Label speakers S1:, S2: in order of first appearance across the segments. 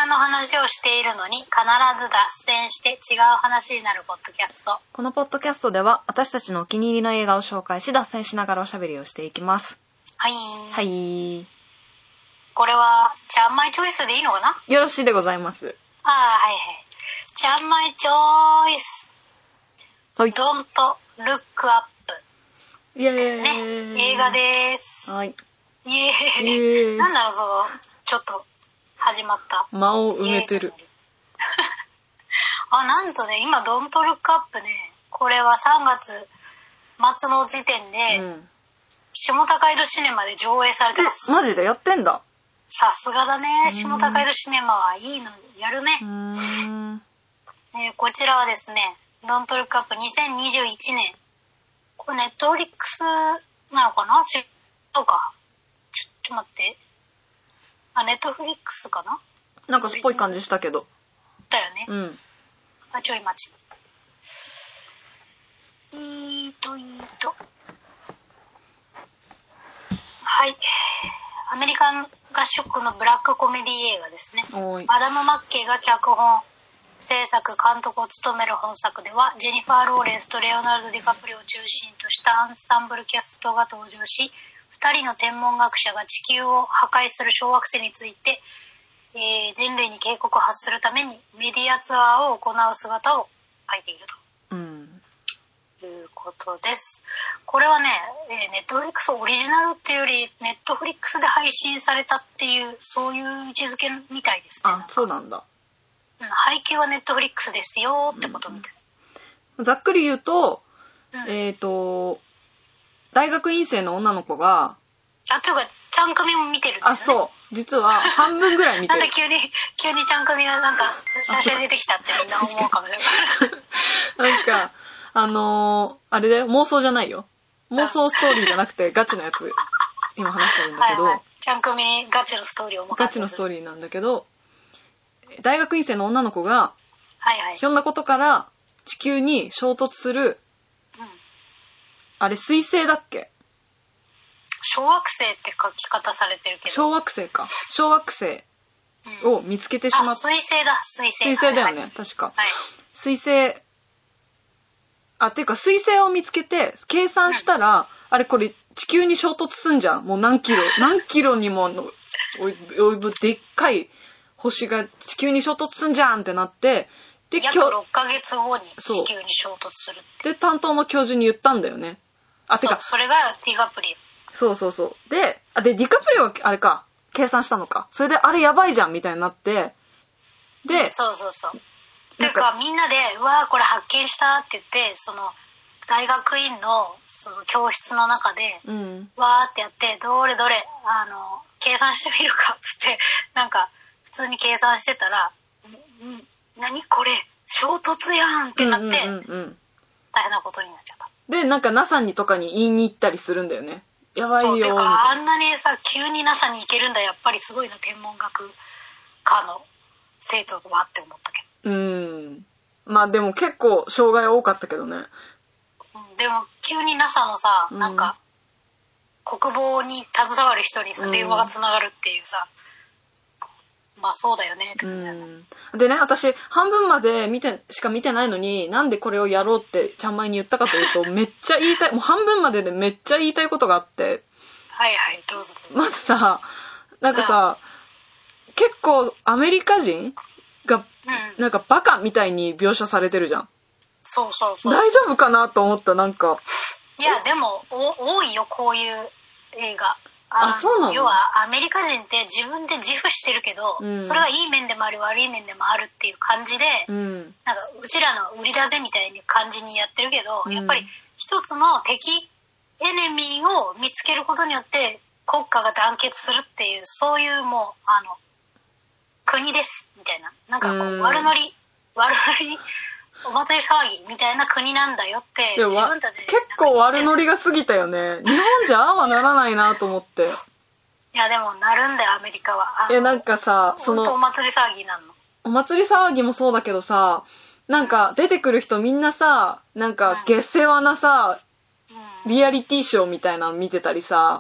S1: 画の話をしているのに必ず脱線して違う話になるポッドキャスト。
S2: このポッドキャストでは私たちのお気に入りの映画を紹介し脱線しながらおしゃべりをしていきます。
S1: はい。
S2: はい。
S1: これはちゃんまいチョイスでいいのかな？
S2: よろしいでございます。
S1: はいはい。ちゃんまいチョイス。
S2: はい。
S1: Don't Look Up
S2: イエーイ
S1: ですね。映画です。
S2: はい。
S1: イエーイ。なんだろう、そのちょっと始まった
S2: 間を埋めてる。
S1: なんとね、今Don't Look Upね、これは3月末の時点で、下高井戸シネマで上映されてます。
S2: マジでやってんだ。
S1: さすがだね、下高井戸シネマはいいのやるね。こちらはですね、Don't Look Up 2021年。これネットフリックスなのかな？違うか。ちょっと待って。ネットフリックスかな？
S2: なんかすっぽい感じしたけど。
S1: だよね。
S2: うん。
S1: ちょい待ち。はい。アメリカン合宿のブラックコメディ映画ですね。アダム・マッケイが脚本、制作、監督を務める本作では、ジェニファー・ローレンスとレオナルド・ディカプリオを中心としたアンサンブルキャストが登場し、2人の天文学者が地球を破壊する小惑星について、人類に警告を発するためにメディアツアーを行う姿を描いていると、いうことです。これはね、ネットフリックスオリジナルっていうよりネットフリックスで配信されたっていうそういう位置づけみたいですね。
S2: そうなんだ。
S1: 配給はネットフリックスですよってことみたい。
S2: ざっくり言うと、大学院生の女の子が
S1: というかちゃん組も見てるんですよね。
S2: そう実は半分ぐらい見てる。
S1: なんで急にちゃん組がなんか写真出てきたってみんな思うかもしれない。
S2: なんかあれだよ、妄想じゃないよ。妄想ストーリーじゃなくてガチのやつ今話してるんだけど、
S1: ちゃん組にガチのストーリーを
S2: ガチのストーリーなんだけど、大学院生の女の子が、ひょんなことから地球に衝突する、あれ水星だっけ？
S1: 小惑星って書き方されてるけど。小惑星
S2: を見つけてしまった。
S1: 水星だ、水星
S2: だよね、確か。水星、っていうか水星を見つけて計算したら、あれこれ地球に衝突すんじゃん。もう何キロにも及ぶでっかい星が地球に衝突すんじゃんってなって、
S1: で約6ヶ月後に地球に衝突するって。
S2: で担当の教授に言ったんだよね。
S1: それがディカプリ
S2: オ。そうでディカプリオはあれか計算したのか。それであれやばいじゃんみたいになって、で
S1: そうていうかみんなでうわーこれ発見したって言ってその大学院のその教室の中で、わーってやってどれ計算してみるかっつってなんか普通に計算してたら何これ衝突やんってなって、大変なことになっちゃった。
S2: でなんか NASA にとかに言いに行ったりするんだよね。やばいよー。
S1: そうていうかあんなにさ急に NASA に行けるんだやっぱりすごいな天文学科の生徒はって思ったけど。
S2: まあでも結構障害多かったけどね。
S1: でも急に NASA のさ、なんか国防に携わる人にさ、電話がつながるっていうさ、まあそうだよねって感じだね。
S2: でね、私半分までしか見てないのに、なんでこれをやろうってちゃんまいに言ったかというと、めっちゃ言いたい、もう半分まででめっちゃ言いたいことがあって。
S1: どうぞ。
S2: まずさ、なんかさ、結構アメリカ人がなんかバカみたいに描写されてるじゃん。
S1: そう。
S2: 大丈夫かなと思った。なんか
S1: いやでも多いよこういう映画。
S2: そうなの？
S1: 要はアメリカ人って自分で自負してるけど、それはいい面でもある悪い面でもあるっていう感じで、なんかうちらの売りだぜみたいな感じにやってるけど、やっぱり一つの敵エネミーを見つけることによって国家が団結するっていうそういうもう国ですみたいな、なんかこう悪ノリお祭り騒ぎみたいな国なんだよって自分たちで
S2: 結構悪ノリが過ぎたよね。日本じゃああはならないなと思って。
S1: いやでもなるんだよアメリカは。
S2: なんかさ、
S1: そのお祭り騒ぎなんの。
S2: お祭り騒ぎもそうだけどさ、なんか出てくる人みんなさ、なんか下世話なさ、リアリティショーみたいなの見てたりさ、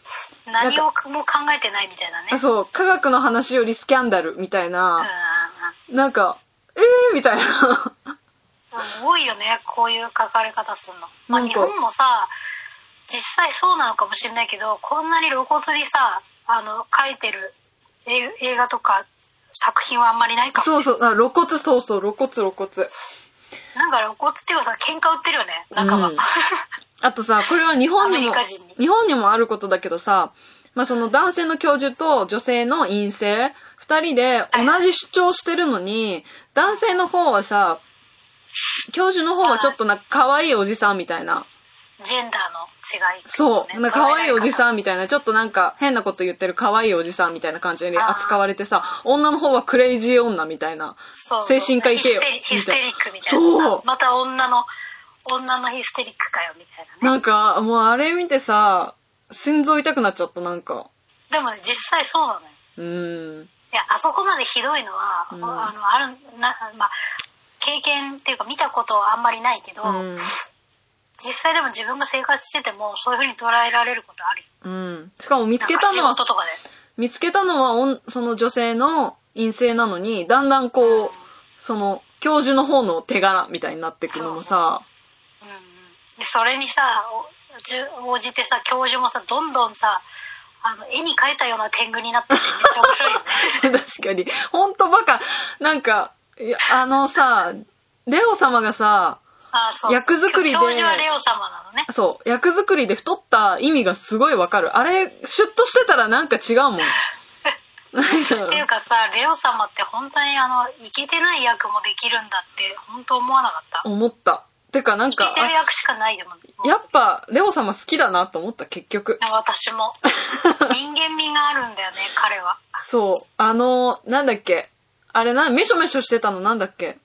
S1: 何をも考えてないみたいなね。
S2: そう、科学の話よりスキャンダルみたいな、なんか、みたいな。
S1: 多いよね、こういう書かれ方するの。まあ日本もさ、実際そうなのかもしれないけど、こんなに露骨にさ、書いてる映画とか作品はあんまりないかも、ね。
S2: そうそう、露骨、そうそう、露骨。
S1: なんか露骨っていうかさ、喧嘩売ってるよね、中は。
S2: あとさ、これは日本にもあることだけどさ、まあその男性の教授と女性の陰性、二人で同じ主張してるのに、男性の方はさ、教授の方はちょっとなんか可愛いおじさんみたいな。
S1: ジェンダーの違い、ね。
S2: そう。なんか可愛いおじさんみたいな、ちょっとなんか変なこと言ってる可愛いおじさんみたいな感じで扱われてさ、女の方はクレイジー女みたいな。精神科行けよ。
S1: ヒステリックみたいな。そう。また女のヒステリックかよみたいなね。
S2: なんか、もうあれ見てさ、心臓痛くなっちゃった、なんか。
S1: でも実際そうなのよ。いや、あそこまでひどいのは、まあ、経験っていうか見たことはあんまりないけど、実際でも自分が生活しててもそういう風に捉えられることある。
S2: しかも見つけたのはその女性の陰性なのに、だんだんこう、その教授の方の手柄みたいになってくのもさ、
S1: でそれにさ応じてさ、教授もさどんどんさ絵に描いたような天狗になっててめっちゃ面白いよね。
S2: 確かにほんとバカ。なんかさ、レオ様がさ、役作りで、
S1: 教授はレオ様なのね。
S2: そう、役作りで太った意味がすごいわかる。あれシュッとしてたらなんか違うもん。
S1: っていうかさ、レオ様って本当にイケてない役もできるんだって本当思わなかった？
S2: 思った。てかなんか
S1: イケてる役しかないでもん。
S2: やっぱレオ様好きだなと思った結局。
S1: 私も人間味があるんだよね彼は。
S2: そう、なんだっけ、あれメショメショしてたのなんだっけ。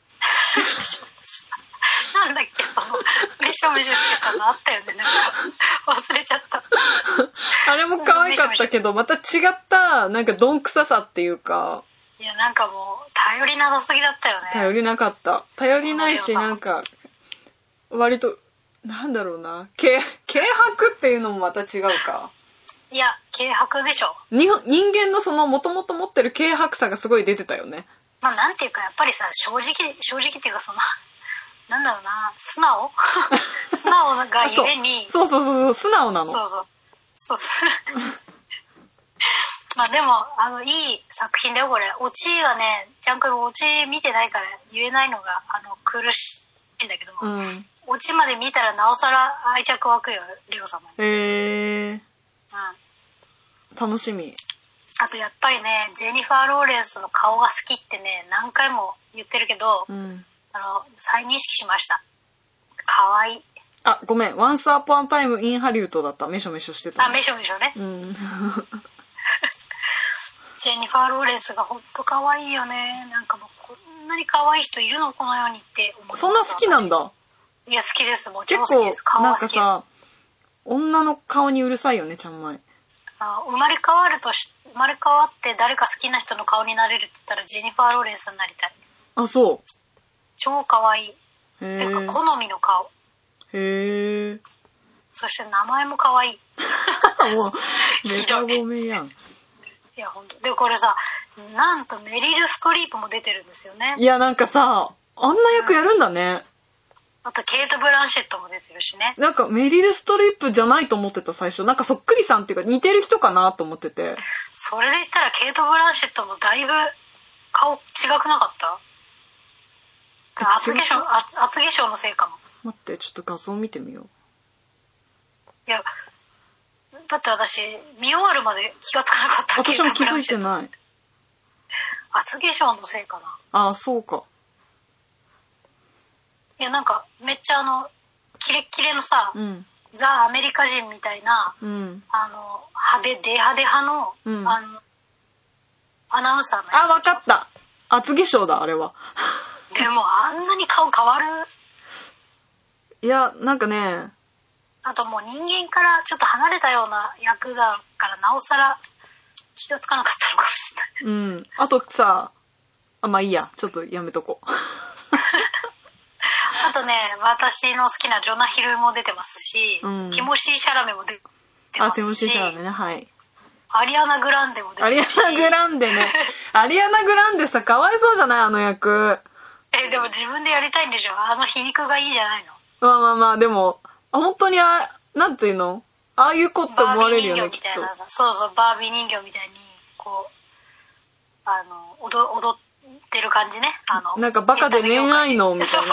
S1: なんだっけ、そのメショメショしてたのあったよね、なんか忘れちゃった。
S2: あれも可愛かったけど、また違ったなんかどんくささっていうか。
S1: いや、なんかもう頼りなさすぎだったよね。
S2: 頼りなかった。頼りないし、なんか割となんだろうな、軽薄っていうのもまた違うか。
S1: いや、軽薄でしょ。
S2: 人間のその元々持ってる軽薄さがすごい出てたよね。
S1: まあなんていうかやっぱりさ、正直っていうかそのなんだろうな、素直がゆえに
S2: そう素直なの。
S1: そうまあでもいい作品だよこれ。オチがね、ちゃんとオチ見てないから言えないのが苦しいんだけども、オチまで見たらなおさら愛着湧くよレオ様に。
S2: 楽しみ。
S1: あとやっぱりね、ジェニファー・ローレンスの顔が好きってね何回も言ってるけど、再認識しました。可愛い。
S2: あ、ごめん。Once Upon a Time in Hollywood だった。メショメショしてた。
S1: あ、メショメショね。ジェニファー・ローレンスがほんと可愛いよね。なんかもうこんなに可愛い人いるのこの世にって思います。
S2: そんな好きなんだ。
S1: いや好きです。もう超好きです。
S2: 顔は好きです。なんかさ、女の顔にうるさいよね、ちゃんまい。
S1: 生まれ変わって誰か好きな人の顔になれるって言ったらジェニファー・ローレンスになりたい。
S2: あ、そう。
S1: 超可愛い。てか好みの顔。
S2: へえ。
S1: そして名前も可愛い。
S2: もうメタゴメやん。
S1: いや本当。でこれさ、なんとメリル・ストリープも出てるんですよね。
S2: いやなんかさ、あんな役やるんだね。
S1: あとケイト・ブランシェットも出てるしね。
S2: なんかメリル・ストリップじゃないと思ってた最初。なんかそっくりさんっていうか似てる人かなと思ってて。
S1: それで言ったらケイト・ブランシェットもだいぶ顔違くなかった？厚化粧のせいかも。
S2: 待って、ちょっと画像見てみよう。
S1: いやだって私見終わるまで気がつかなかった。
S2: 私も気づいてない。
S1: 厚化粧のせいか
S2: な。あ、そうか。
S1: いやなんかめっちゃキレッキレのさ、ザ・アメリカ人みたいな、派手派の、アナウンサーの。
S2: あ、わかった。厚化粧だあれは。
S1: でもあんなに顔変わる？
S2: いやなんかね。
S1: あともう人間からちょっと離れたような役だからなおさら気がつかなかったのかもしれない。
S2: あとさ、まあいいや、ちょっとやめとこう。
S1: あとね、私の好きなジョナヒルも出てますし、ティモシー・シャラメも出ててますし。
S2: ティモシー・シャラメね、はい。
S1: アリアナ・グランデも出てるし。
S2: アリアナ・グランデね。アリアナ・グランデさ、かわいそうじゃないあの役。
S1: でも自分でやりたいんでしょ。あの皮肉がいいじゃないの。
S2: まあ、でも、本当になんていうの、ああいう子って思われるよね、きっと。
S1: そうそう、バービー人形みたいに、こう、踊ってる感じね。
S2: なんかバカで恋愛のみたいな。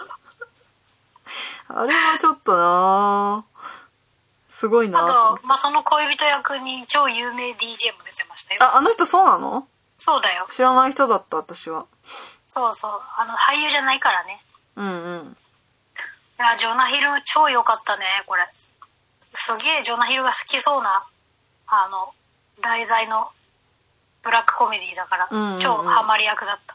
S2: あれはちょっとなぁ。すごいな。
S1: あと、その恋人役に超有名 DJ も出てましたよ。
S2: あの人そうなの？
S1: そうだよ。
S2: 知らない人だった、私は。
S1: そうそう。俳優じゃないからね。
S2: うんうん。
S1: いや、ジョナヒル超良かったね、これ。すげえジョナヒルが好きそうな、題材のブラックコメディだから、超ハマり役だった。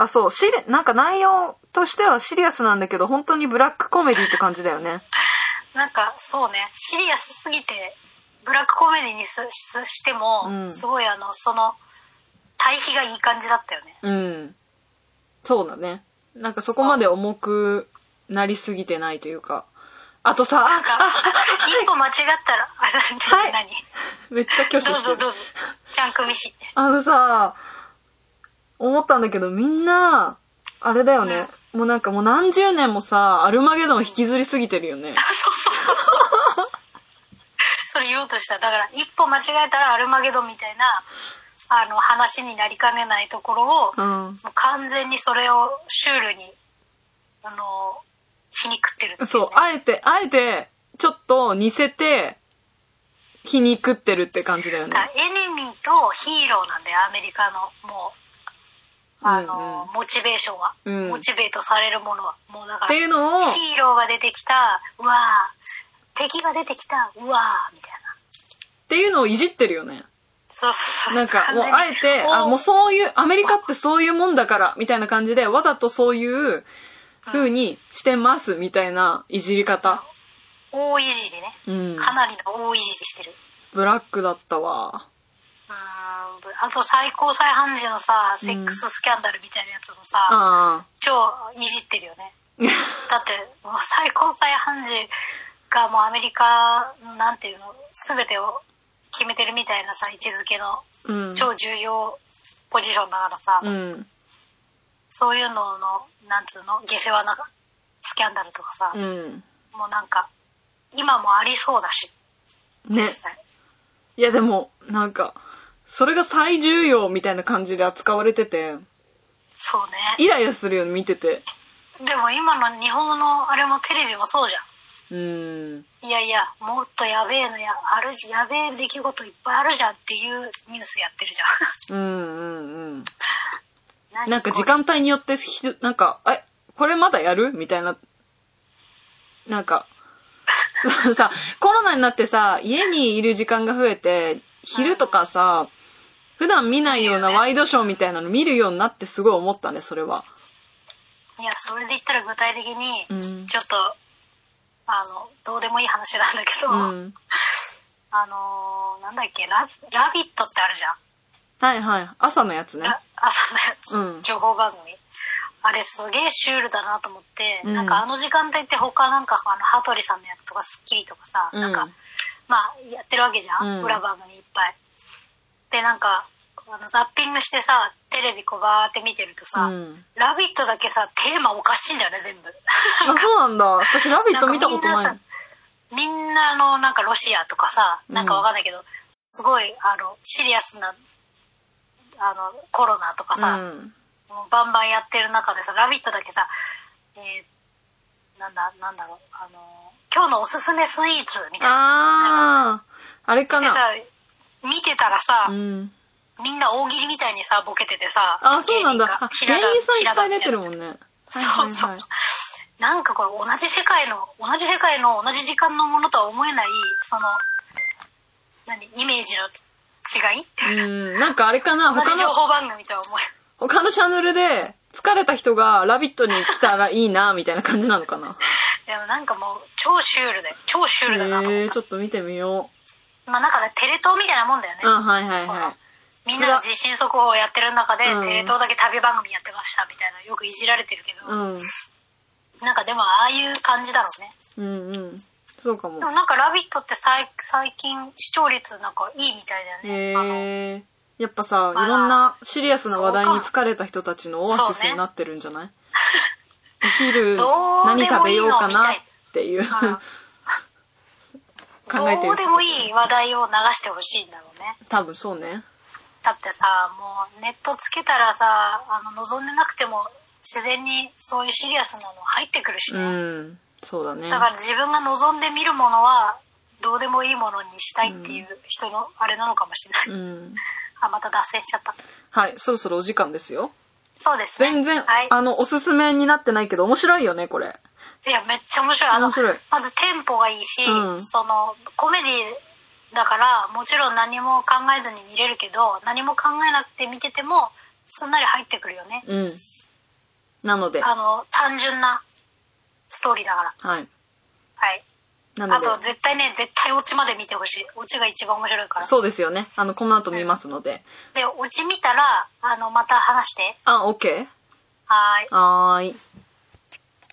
S2: そう。なんか内容としてはシリアスなんだけど、本当にブラックコメディって感じだよね。
S1: なんか、そうね。シリアスすぎて、ブラックコメディにしても、すごいその、対比がいい感じだったよね。
S2: うん。そうだね。なんかそこまで重くなりすぎてないというか。あとさ、
S1: なんか、一歩間違ったら、何？
S2: めっちゃ挙手してる。
S1: どうぞ。ちゃんくみし。
S2: さ、思ったんだけど、みんな、あれだよね。もうなんかもう何十年もさ、アルマゲドン引きずりすぎてるよね。
S1: そう。それ言おうとした。だから、一歩間違えたらアルマゲドンみたいな、話になりかねないところを、もう完全にそれをシュールに、皮肉ってるっていうね。
S2: そう、あえて、ちょっと似せて、皮肉ってるって感じだよね。
S1: エネミーとヒーローなんだよ、アメリカの、もう、モチベーションは。モチベートされるものは。もうだから、
S2: っていうのを
S1: ヒーローが出てきた、うわー、敵が出てきた、うわー、みたいな。
S2: っていうのをいじってるよね。
S1: そう。
S2: なんか、もうあえて、もうそういう、アメリカってそういうもんだから、みたいな感じで、わざとそういう風にしてます、みたいないじり方。
S1: 大いじりね。かなりの大いじりしてる。
S2: ブラックだったわ。
S1: あと最高裁判事のさ、セックススキャンダルみたいなやつもさ、超いじってるよね。だって、もう最高裁判事がもうアメリカのなんていうの、全てを決めてるみたいなさ、位置づけの超重要ポジションだからさ、そういうのの、なんつうの、下世話なスキャンダルとかさ、もうなんか、今もありそうだし。
S2: ね。いやでも、なんか、それが最重要みたいな感じで扱われてて。
S1: そうね。
S2: イライラするよね、見てて。
S1: でも今の日本のあれもテレビもそうじゃん。いやいや、もっとやべえのやべえ出来事いっぱいあるじゃんっていうニュースやってるじゃん。
S2: なんか時間帯によってなんかこれまだやるみたいな、なんかさ、コロナになってさ、家にいる時間が増えて、昼とかさ、普段見ないようなワイドショーみたいなの見るようになってすごい思ったね、それは。
S1: いや、それで言ったら具体的に、ちょっと、どうでもいい話なんだけど、なんだっけ、ラビットってあるじゃん。
S2: はいはい。朝のやつね。
S1: 朝のやつ。情報番組。あれすげえシュールだなと思って、なんか時間帯って他なんか羽鳥さんのやつとかスッキリとかさ、なんか、やってるわけじゃん、裏番組いっぱい。で、なんか、ザッピングしてさ、テレビこうバーって見てるとさ、ラビットだけさ、テーマおかしいんだよね、全部。
S2: そうなんだ。私ラビット見たことない。
S1: みんななんかロシアとかさ、なんかわかんないけど、すごい、シリアスな、コロナとかさ、バンバンやってる中でさ、ラビットだけさ、なんだろう、今日のおすすめスイーツみたいな。
S2: あれかな。
S1: でさ、見てたらさ、みんな大喜利みたいにさ、ボケててさ、
S2: そうなんだ。芸人さんいっぱい出てるもんね。
S1: そう。なんかこれ同じ世界の同じ時間のものとは思えない、イメージの違い？
S2: なんかあれかな、
S1: 同じ情報番組とは思えない。
S2: 他のチャンネルで疲れた人がラビットに来たらいいな、みたいな感じなのかな。
S1: でもなんかもう超シュールだなと思った。
S2: ちょっと見てみよ
S1: う。なんかね、テレ東みたいなもんだよね。
S2: はい。
S1: みんなが地震速報をやってる中で、テレ東だけ旅番組やってましたみたいな、よくいじられてるけど、なんかでもああいう感じだろうね。
S2: そうかも。
S1: でもなんかラビットって最近視聴率なんかいいみたいだよね。
S2: やっぱさ、いろんなシリアスな話題に疲れた人たちのオアシスになってるんじゃない？お昼何食べようかなっていう考えてる。
S1: どうでもいい話題を流してほしいんだろうね。
S2: 多分そうね。
S1: だってさ、もうネットつけたらさ、望んでなくても自然にそういうシリアスなの入ってくるしね。
S2: うん、そうだね。
S1: だから自分が望んで見るものはどうでもいいものにしたいっていう人のあれなのかもしれない。また脱線しちゃった。
S2: はい、そろそろお時間ですよ。
S1: そうですね。
S2: 全然、はい、おすすめになってないけど面白いよね、これ。
S1: いや、めっちゃ面白い。面白い。まずテンポがいいし、そのコメディだからもちろん何も考えずに見れるけど、何も考えなくて見ててもすんなり入ってくるよね。
S2: なので
S1: 単純なストーリーだから。はい。はい。なので、あと絶対オチまで見てほしい。オチが一番面白いから。
S2: そうですよね。この後見ますので。
S1: で、オチ見たらまた話して。
S2: あ、OK。
S1: はーい。
S2: はーい。